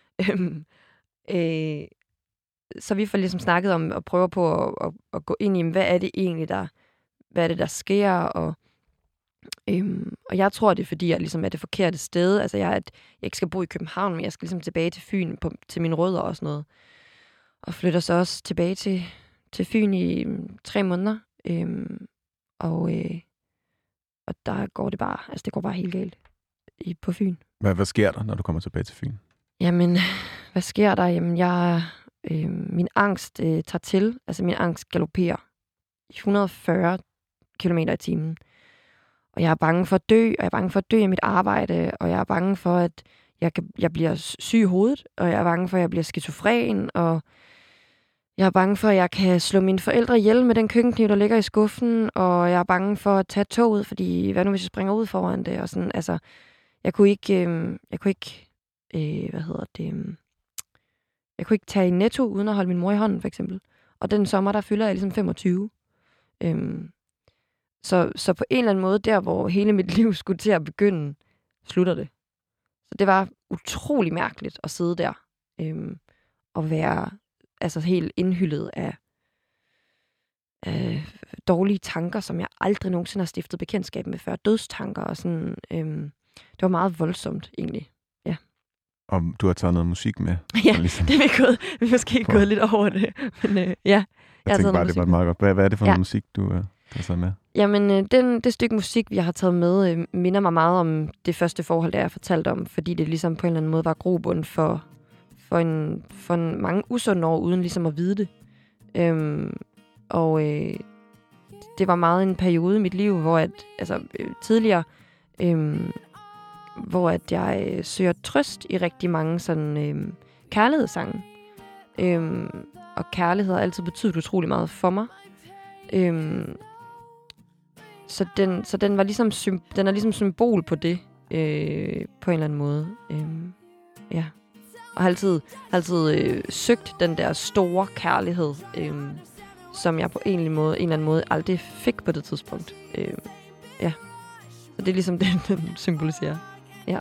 Så vi får ligesom snakket om og prøver på at gå ind i, hvad er det egentlig, der sker, og jeg tror, det er, fordi jeg ligesom er det forkerte sted. Altså, jeg ikke skal bo i København, men jeg skal ligesom tilbage til Fyn, til mine rødder og sådan noget. Og flytter så også tilbage til Fyn i 3 måneder. Og der går det bare, altså det går bare helt galt på Fyn. Hvad sker der, når du kommer tilbage til Fyn? Jamen, hvad sker der? Jamen, min angst tager til. Altså, min angst galopperer i 140 km/t. Og jeg er bange for at dø, og jeg er bange for at dø af mit arbejde, og jeg er bange for, at jeg bliver syg i hovedet, og jeg er bange for, at jeg bliver skizofren, og jeg er bange for, at jeg kan slå mine forældre ihjel med den køkkenkniv, der ligger i skuffen, og jeg er bange for at tage toget, fordi hvad nu, hvis jeg springer ud foran det, og sådan, altså, jeg kunne ikke tage i Netto, uden at holde min mor i hånden, for eksempel. Og den sommer, der fylder jeg ligesom 25. Så på en eller anden måde, der hvor hele mit liv skulle til at begynde, slutter det. Så det var utrolig mærkeligt at sidde der og være altså helt indhyllet af dårlige tanker, som jeg aldrig nogensinde har stiftet bekendtskab med før. Dødstanker og sådan. Det var meget voldsomt, egentlig. Ja. Og du har taget noget musik med? Ja, ligesom. Det er vi måske gået lidt over det. Men ja, jeg tænkte bare, det var meget godt. Hvad er det for noget musik, du har taget med? Jamen, det stykke musik, vi har taget med, minder mig meget om det første forhold, der jeg fortalte om, fordi det ligesom på en eller anden måde var grobund for mange usunde år, uden ligesom at vide det. Det var meget en periode i mit liv, hvor tidligere, hvor at jeg søger trøst i rigtig mange sådan kærlighedssange. Og kærlighed har altid betydet utrolig meget for mig. Så den var ligesom den er ligesom symbol på det på en eller anden måde. Ja. Og har altid søgt den der store kærlighed, som jeg på en eller anden måde aldrig fik på det tidspunkt. Ja. Så det er ligesom den symboliserer. Ja.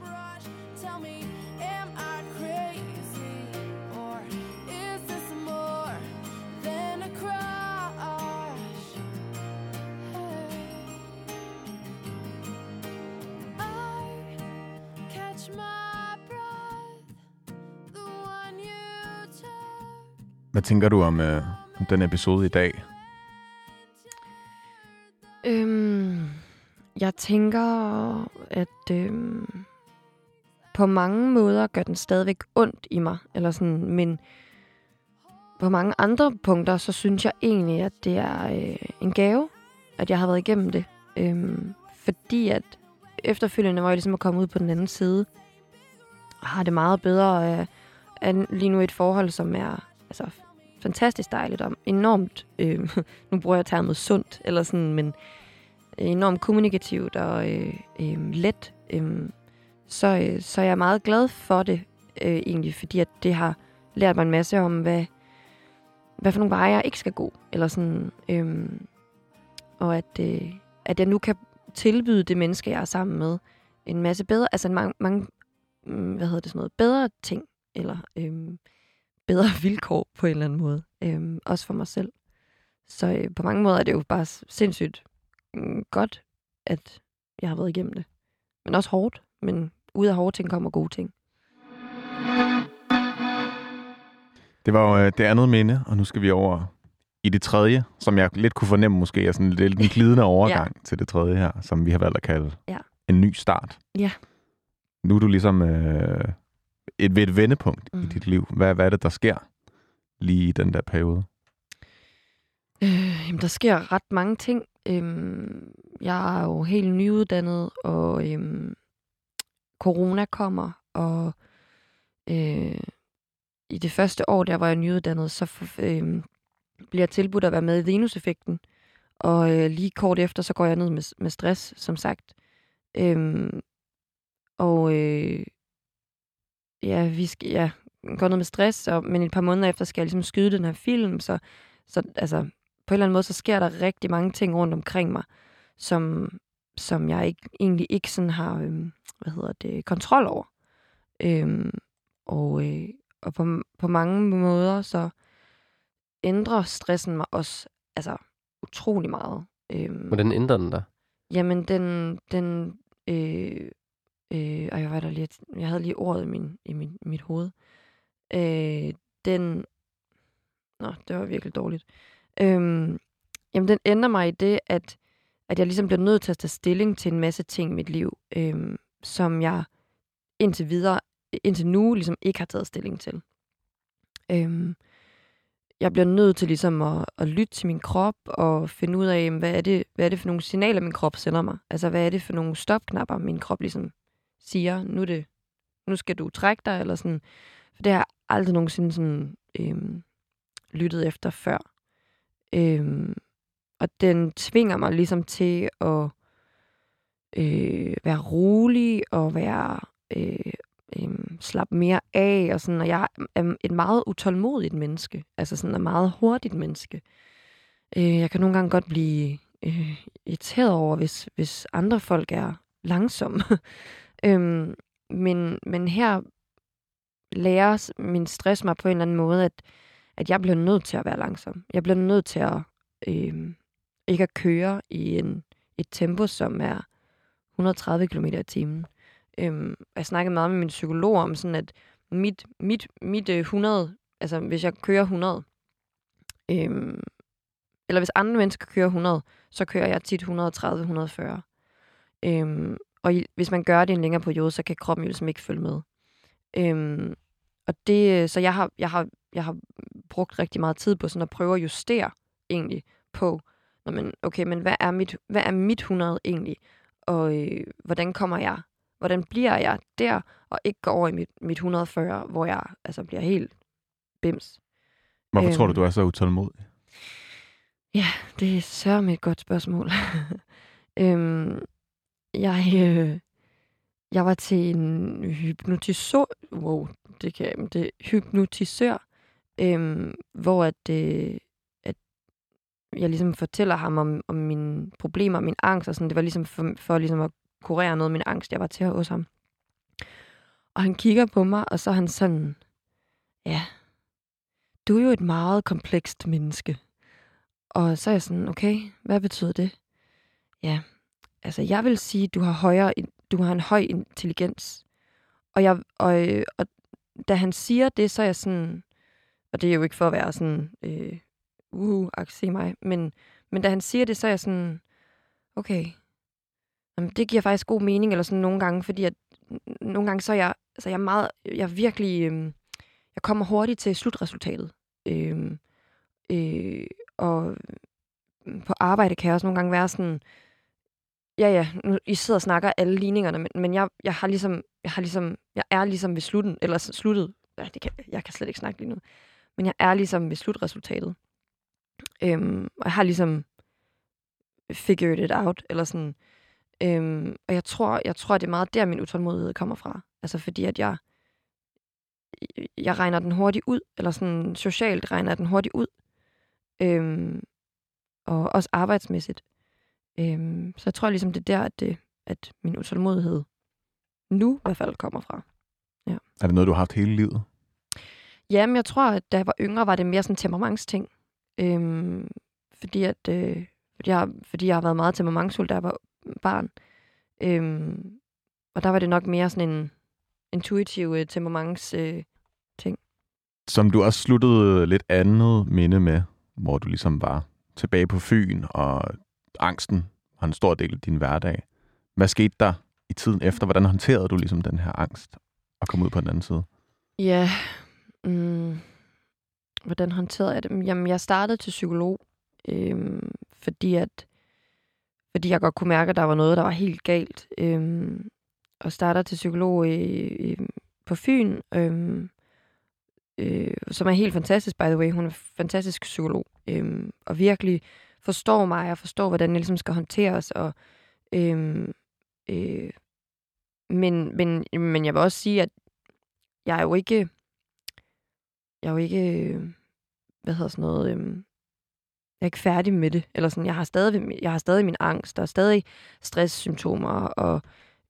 Hvad tænker du om den episode i dag? Jeg tænker, at på mange måder gør den stadigvæk ondt i mig. Eller sådan, men på mange andre punkter, så synes jeg egentlig, at det er en gave, at jeg har været igennem det. Fordi at efterfølgende var jeg ligesom at komme ud på den anden side. Og har det meget bedre af lige nu et forhold, som er altså fantastisk dejligt og enormt, nu bruger jeg termet sundt, eller sådan, men enormt kommunikativt og let. Så er jeg meget glad for det, egentlig, fordi at det har lært mig en masse om, hvad for nogle veje jeg ikke skal gå, eller sådan, og at jeg nu kan tilbyde det menneske, jeg er sammen med, en masse bedre, altså mange bedre ting, eller bedre vilkår på en eller anden måde. Også for mig selv. Så på mange måder er det jo bare sindssygt godt, at jeg har været igennem det. Men også hårdt, men ud af hårde ting kommer gode ting. Det var jo det andet minde, og nu skal vi over i det tredje, som jeg lidt kunne fornemme måske er sådan lidt en glidende overgang til det tredje her, som vi har valgt at kalde en ny start. Ja. Nu er du ligesom ved et vendepunkt i dit liv. Hvad er det, der sker lige i den der periode? Jamen, der sker ret mange ting. Jeg er jo helt nyuddannet, og corona kommer, og i det første år, der var jeg nyuddannet, så bliver jeg tilbudt at være med i Venus-effekten. Og lige kort efter, så går jeg ned med stress, som sagt. Vi går ned med stress, men et par måneder efter skal jeg ligesom skyde den her film, så altså, på en eller anden måde, så sker der rigtig mange ting rundt omkring mig, som jeg egentlig ikke sådan har, kontrol over. Og på mange måder, så ændrer stressen mig også utrolig meget. Hvordan ændrer den dig? Jamen, jeg havde lige ordet i mit hoved. Det var virkelig dårligt. Jamen, den ændrer mig i det, at jeg ligesom bliver nødt til at tage stilling til en masse ting i mit liv, som jeg indtil nu ligesom ikke har taget stilling til. Jeg bliver nødt til ligesom at lytte til min krop og finde ud af, hvad er det for nogle signaler, min krop sender mig. Altså, hvad er det for nogle stopknapper, min krop ligesom siger, nu skal du trække dig, eller sådan. For det har jeg aldrig nogensinde sådan, lyttet efter før. Og den tvinger mig ligesom til at være rolig og være slappe mere af, og sådan, og jeg er et meget utålmodigt menneske, altså sådan et meget hurtigt menneske. Jeg kan nogle gange godt blive irriteret over, hvis andre folk er langsomme. Men her lærer min stress mig på en eller anden måde, at jeg bliver nødt til at være langsom. Jeg bliver nødt til at ikke at køre i et tempo, som er 130 km/t. Jeg snakkede meget med min psykolog om sådan, at mit 100, altså hvis jeg kører 100, eller hvis andre mennesker kører 100, så kører jeg tit 130-140. Og hvis man gør det en længere periode, så kan kroppen jo ligesom ikke følge med. Og det, så jeg har brugt rigtig meget tid på sådan at prøve at justere egentlig på, men hvad er mit 100 egentlig? Og hvordan bliver jeg der, og ikke går over i mit 140, hvor jeg altså bliver helt bims. Hvorfor tror du er så utålmodig? Ja, det er sørme et godt spørgsmål. Jeg var til en hypnotisør, hvor at jeg ligesom fortæller ham om mine problemer, min angst og sådan. Det var ligesom for ligesom at kurere noget af min angst, jeg var til hos ham. Og han kigger på mig, og så er han sådan, ja, du er jo et meget komplekst menneske. Og så er jeg sådan, okay, hvad betyder det? Ja, altså jeg vil sige, du har en høj intelligens. Og da han siger det, så er jeg sådan, og det er jo ikke for at være sådan, se mig, men da han siger det, så er jeg sådan, okay, jamen, det giver faktisk god mening, eller sådan nogle gange, fordi at nogle gange så er jeg kommer hurtigt til slutresultatet. Og på arbejde kan jeg også nogle gange være sådan, nu I sidder og snakker alle ligningerne, men jeg er ligesom ved slutten, eller sluttet. Ja, jeg kan slet ikke snakke lige nu. Men jeg er ligesom ved slutresultatet. Og jeg har ligesom figured it out, eller sådan. Og jeg tror, det er meget der, min utålmodighed kommer fra. Altså fordi, at jeg regner den hurtigt ud, eller sådan socialt regner jeg den hurtigt ud. Og også arbejdsmæssigt. Så jeg tror ligesom, det er der, at min utålmodighed nu i hvert fald kommer fra. Ja. Er det noget, du har haft hele livet? Jamen, jeg tror, at da jeg var yngre, var det mere sådan temperamentsting. fordi jeg har været meget temperamentsfuld, da jeg var barn. Og der var det nok mere sådan en intuitiv temperaments ting. Som du også sluttede lidt andet minde med, hvor du ligesom var tilbage på Fyn, og angsten var en stor del af din hverdag. Hvad skete der i tiden efter? Hvordan håndterede du ligesom den her angst og kom ud på den anden side? Ja, hvordan håndterede jeg det? Jamen, jeg startede til psykolog, fordi jeg godt kunne mærke, at der var noget, der var helt galt. Og startede til psykolog på Fyn, som er helt fantastisk, by the way. Hun er en fantastisk psykolog, og virkelig forstår mig, og forstår, hvordan jeg ligesom skal håndteres. Og, men jeg vil også sige, at jeg er jo ikke, hvad hedder sådan noget, jeg er ikke færdig med det. Eller sådan, jeg har stadig min angst, og stadig stresssymptomer, og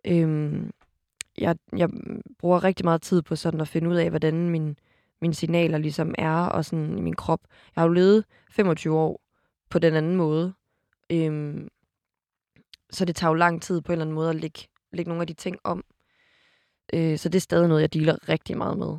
jeg bruger rigtig meget tid på sådan at finde ud af, hvordan mine signaler ligesom er, og sådan i min krop. Jeg har jo levet 25 år på den anden måde, så det tager jo lang tid på en eller anden måde at lægge nogle af de ting om. Så det er stadig noget, jeg dealer rigtig meget med.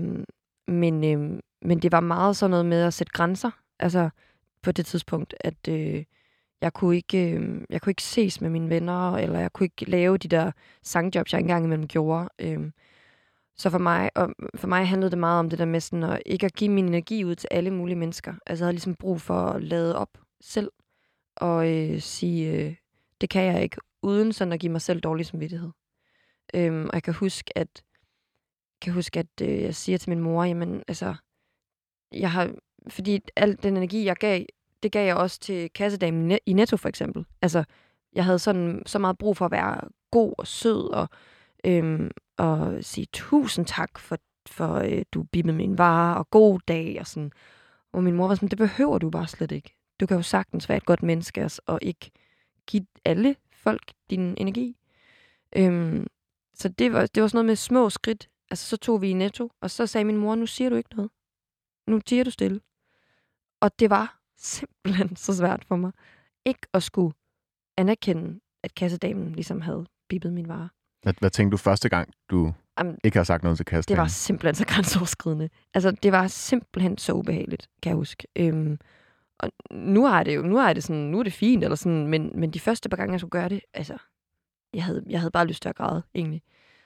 Men det var meget sådan noget med at sætte grænser. Altså på det tidspunkt, at jeg kunne ikke ses med mine venner, eller jeg kunne ikke lave de der sangjobs, jeg engang imellem gjorde. Så for mig handlede det meget om det der med sådan ikke at give min energi ud til alle mulige mennesker. Altså jeg havde ligesom brug for at lade op selv, og sige, det kan jeg ikke, uden sådan at give mig selv dårlig samvittighed. Og jeg kan huske, at jeg siger til min mor, jamen altså, fordi al den energi, jeg gav, det gav jeg også til kassedamen i Netto, for eksempel. Altså, jeg havde så meget brug for at være god og sød, og sige tusind tak for du bippede min vare, og god dag, og sådan. Og min mor var sådan, det behøver du bare slet ikke. Du kan jo sagtens være et godt menneske, og ikke give alle folk din energi. Så det var sådan noget med små skridt. Altså, så tog vi i Netto, og så sagde min mor, nu siger du ikke noget. Nu tiger du stille. Og det var simpelthen så svært for mig. Ikke at skulle anerkende, at kassedamen ligesom havde bippet min vare. Hvad tænkte du første gang, du ikke har sagt noget til kassedamen? Det var simpelthen så grænseoverskridende. Altså, det var simpelthen så ubehageligt, kan jeg huske. Og nu er det fint, eller sådan, men de første par gange, jeg skulle gøre det, altså, jeg havde bare lyst til at græde, egentlig.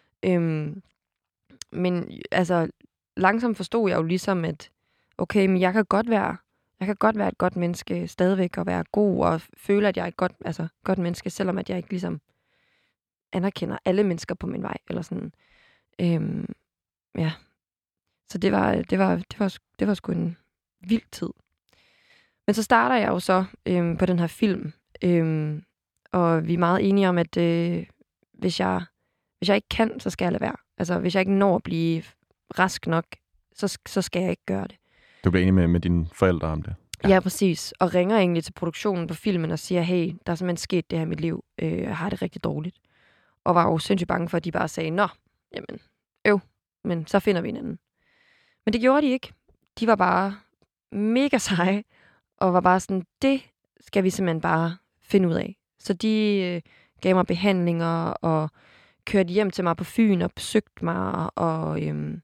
Men altså, langsomt forstod jeg jo ligesom, at okay, men jeg kan godt være et godt menneske stadigvæk, og være god, og føle, at jeg er et godt menneske, selvom at jeg ikke ligesom anerkender alle mennesker på min vej, eller sådan. Ja. Så det var sgu en vild tid. Men så starter jeg jo så på den her film, og vi er meget enige om, at hvis jeg ikke kan, så skal jeg lade være. Altså, hvis jeg ikke når at blive rask nok, så skal jeg ikke gøre det. Du blev enig med dine forældre om det? Ja, præcis. Og ringer egentlig til produktionen på filmen og siger, hey, der er simpelthen sket det her i mit liv. Jeg har det rigtig dårligt. Og var jo sindssygt bange for, at de bare sagde, nå, jamen, men så finder vi en anden. Men det gjorde de ikke. De var bare mega seje, og var bare sådan, det skal vi simpelthen bare finde ud af. Så de gav mig behandlinger, og kørte hjem til mig på Fyn, og besøgte mig, og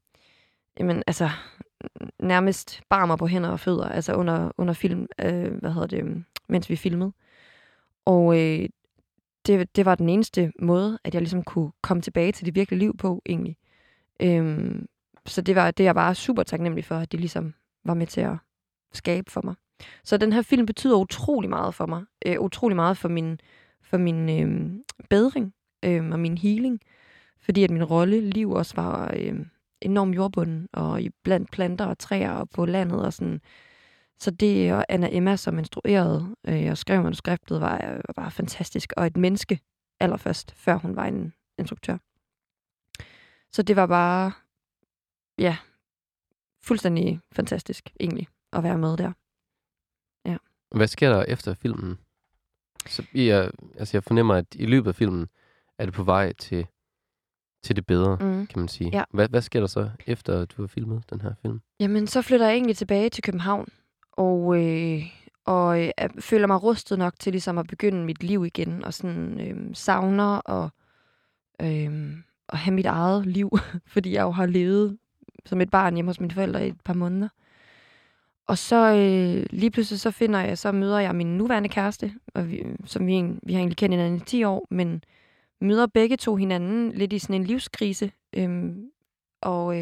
nærmest bar mig på hænder og fødder, altså under film, mens vi filmede. Og det var den eneste måde, at jeg ligesom kunne komme tilbage til det virkelige liv på, egentlig. Så det var det, jeg var super taknemmelig for, at det ligesom var med til at skabe for mig. Så den her film betyder utrolig meget for mig. Utrolig meget for min bedring og min healing. Fordi at min liv også var enormt jordbunden, og blandt planter og træer og på landet og sådan. Så det, og Anna Emma, som instruerede og skrev manuskriptet, var fantastisk. Og et menneske allerførst, før hun var en instruktør. Så det var bare, ja, fuldstændig fantastisk, egentlig, at være med der. Ja. Hvad sker der efter filmen? Så jeg fornemmer, at i løbet af filmen er det på vej til det bedre, kan man sige. Ja. Hvad sker der så, efter du har filmet den her film? Jamen, så flytter jeg egentlig tilbage til København, og Og føler mig rustet nok til ligesom at begynde mit liv igen, og sådan savner og have mit eget liv, fordi jeg jo har levet som et barn hjemme hos mine forældre i et par måneder. Og så lige pludselig så møder jeg min nuværende kæreste, og vi har egentlig kendt hinanden i 10 år, men møder begge to hinanden lidt i sådan en livskrise, og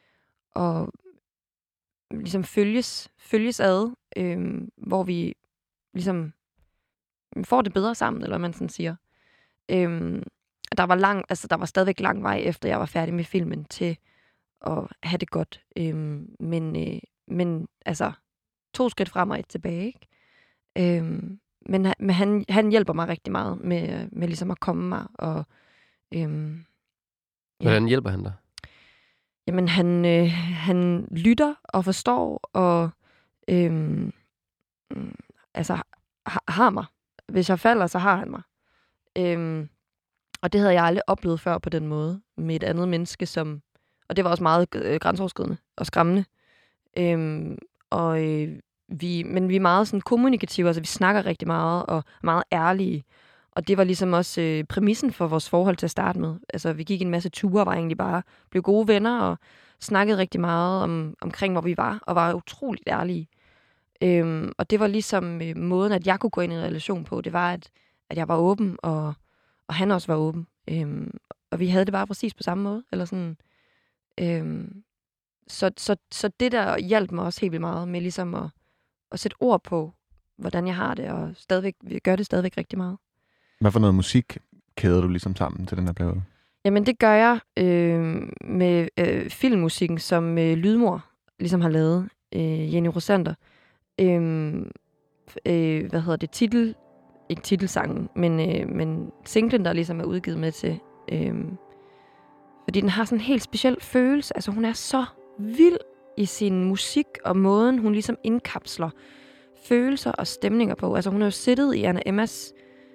ligesom følges ad, hvor vi ligesom får det bedre sammen, eller man sådan siger. Der var stadigvæk lang vej efter jeg var færdig med filmen til at have det godt. Men altså 2 skridt frem og 1 tilbage, ikke? Men han hjælper mig rigtig meget med ligesom at komme mig. Og, Hvordan hjælper han dig? Jamen, han lytter og forstår, og har mig. Hvis jeg falder, så har han mig. Og det havde jeg aldrig oplevet før på den måde, med et andet menneske, og det var også meget grænseoverskridende og skræmmende. Men vi er meget sådan kommunikative, altså vi snakker rigtig meget, og meget ærlige. Og det var ligesom også præmissen for vores forhold til at starte med. Altså, vi gik en masse ture, var egentlig bare blev gode venner, og snakkede rigtig meget omkring, hvor vi var, og var utroligt ærlige. Og det var ligesom måden, at jeg kunne gå ind i en relation på. Det var, at jeg var åben, og han også var åben. Og vi havde det bare præcis på samme måde. Eller sådan. Så det der hjalp mig også helt vildt meget med ligesom at sætte ord på, hvordan jeg har det, og vi gør det stadigvæk rigtig meget. Hvad for noget musik kæder du ligesom sammen til den her periode? Jamen, det gør jeg med filmmusikken, som Lydmor ligesom har lavet. Jenny Rosander. Ikke titelsangen, men singlen, der ligesom er udgivet med til. Fordi den har sådan en helt speciel følelse. Altså, hun er så vild i sin musik, og måden, hun ligesom indkapsler følelser og stemninger på. Altså, hun har jo siddet i Anna Emmas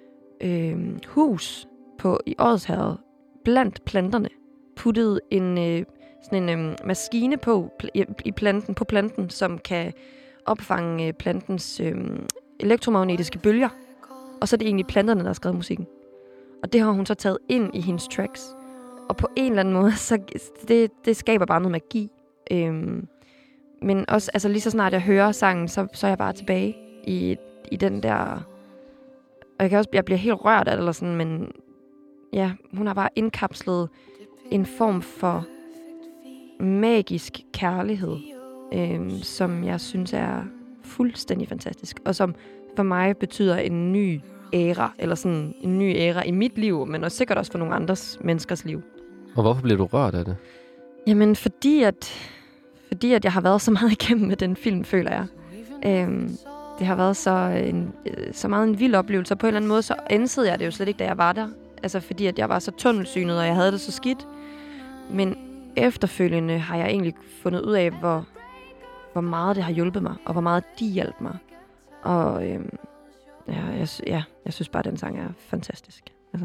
hus i Odsherred blandt planterne, puttet sådan en maskine på planten, som kan opfange plantens elektromagnetiske bølger. Og så er det egentlig planterne, der har skrevet musikken. Og det har hun så taget ind i hendes tracks. Og på en eller anden måde, så det skaber bare noget magi. Men også, altså lige så snart jeg hører sangen, så er jeg bare tilbage i den der. Og jeg bliver helt rørt af det, eller sådan, men ja, hun har bare indkapslet en form for magisk kærlighed, som jeg synes er fuldstændig fantastisk, og som for mig betyder en ny æra, eller sådan en ny æra i mit liv, men også sikkert også for nogle andres menneskers liv. Og hvorfor bliver du rørt af det? Jamen, fordi at jeg har været så meget igennem med den film, føler jeg. Det har været så meget en vild oplevelse, og på en eller anden måde, så ænsede jeg det jo slet ikke, da jeg var der. Altså, fordi at jeg var så tunnelsynet, og jeg havde det så skidt. Men efterfølgende har jeg egentlig fundet ud af, hvor meget det har hjulpet mig, og hvor meget de hjalp mig. Og jeg synes bare, at den sang er fantastisk. Altså.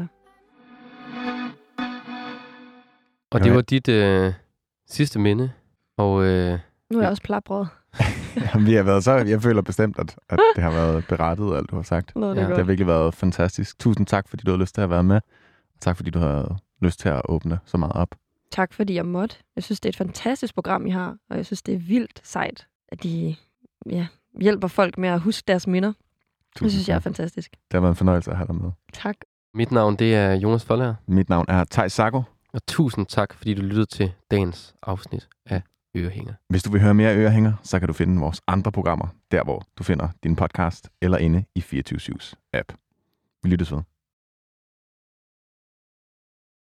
Og det var dit sidste minde, og nu er jeg også plapret. Jamen, jeg føler bestemt, at det har været berettet, alt du har sagt. Det har virkelig været fantastisk. Tusind tak, fordi du har lyst til at være med. Og tak, fordi du har lyst til at åbne så meget op. Tak, fordi jeg måtte. Jeg synes, det er et fantastisk program, I har. Og jeg synes, det er vildt sejt, at de hjælper folk med at huske deres minder. Det synes jeg er fantastisk. Det har været en fornøjelse at have dig med. Tak. Mit navn, det er Jonas Foldager. Mit navn er Theis Zacho. Og tusind tak, fordi du lyttede til dagens afsnit af Ørehænger. Hvis du vil høre mere Ørehænger, så kan du finde vores andre programmer, der hvor du finder din podcast, eller inde i 24/7's app. Vi lyttes ved.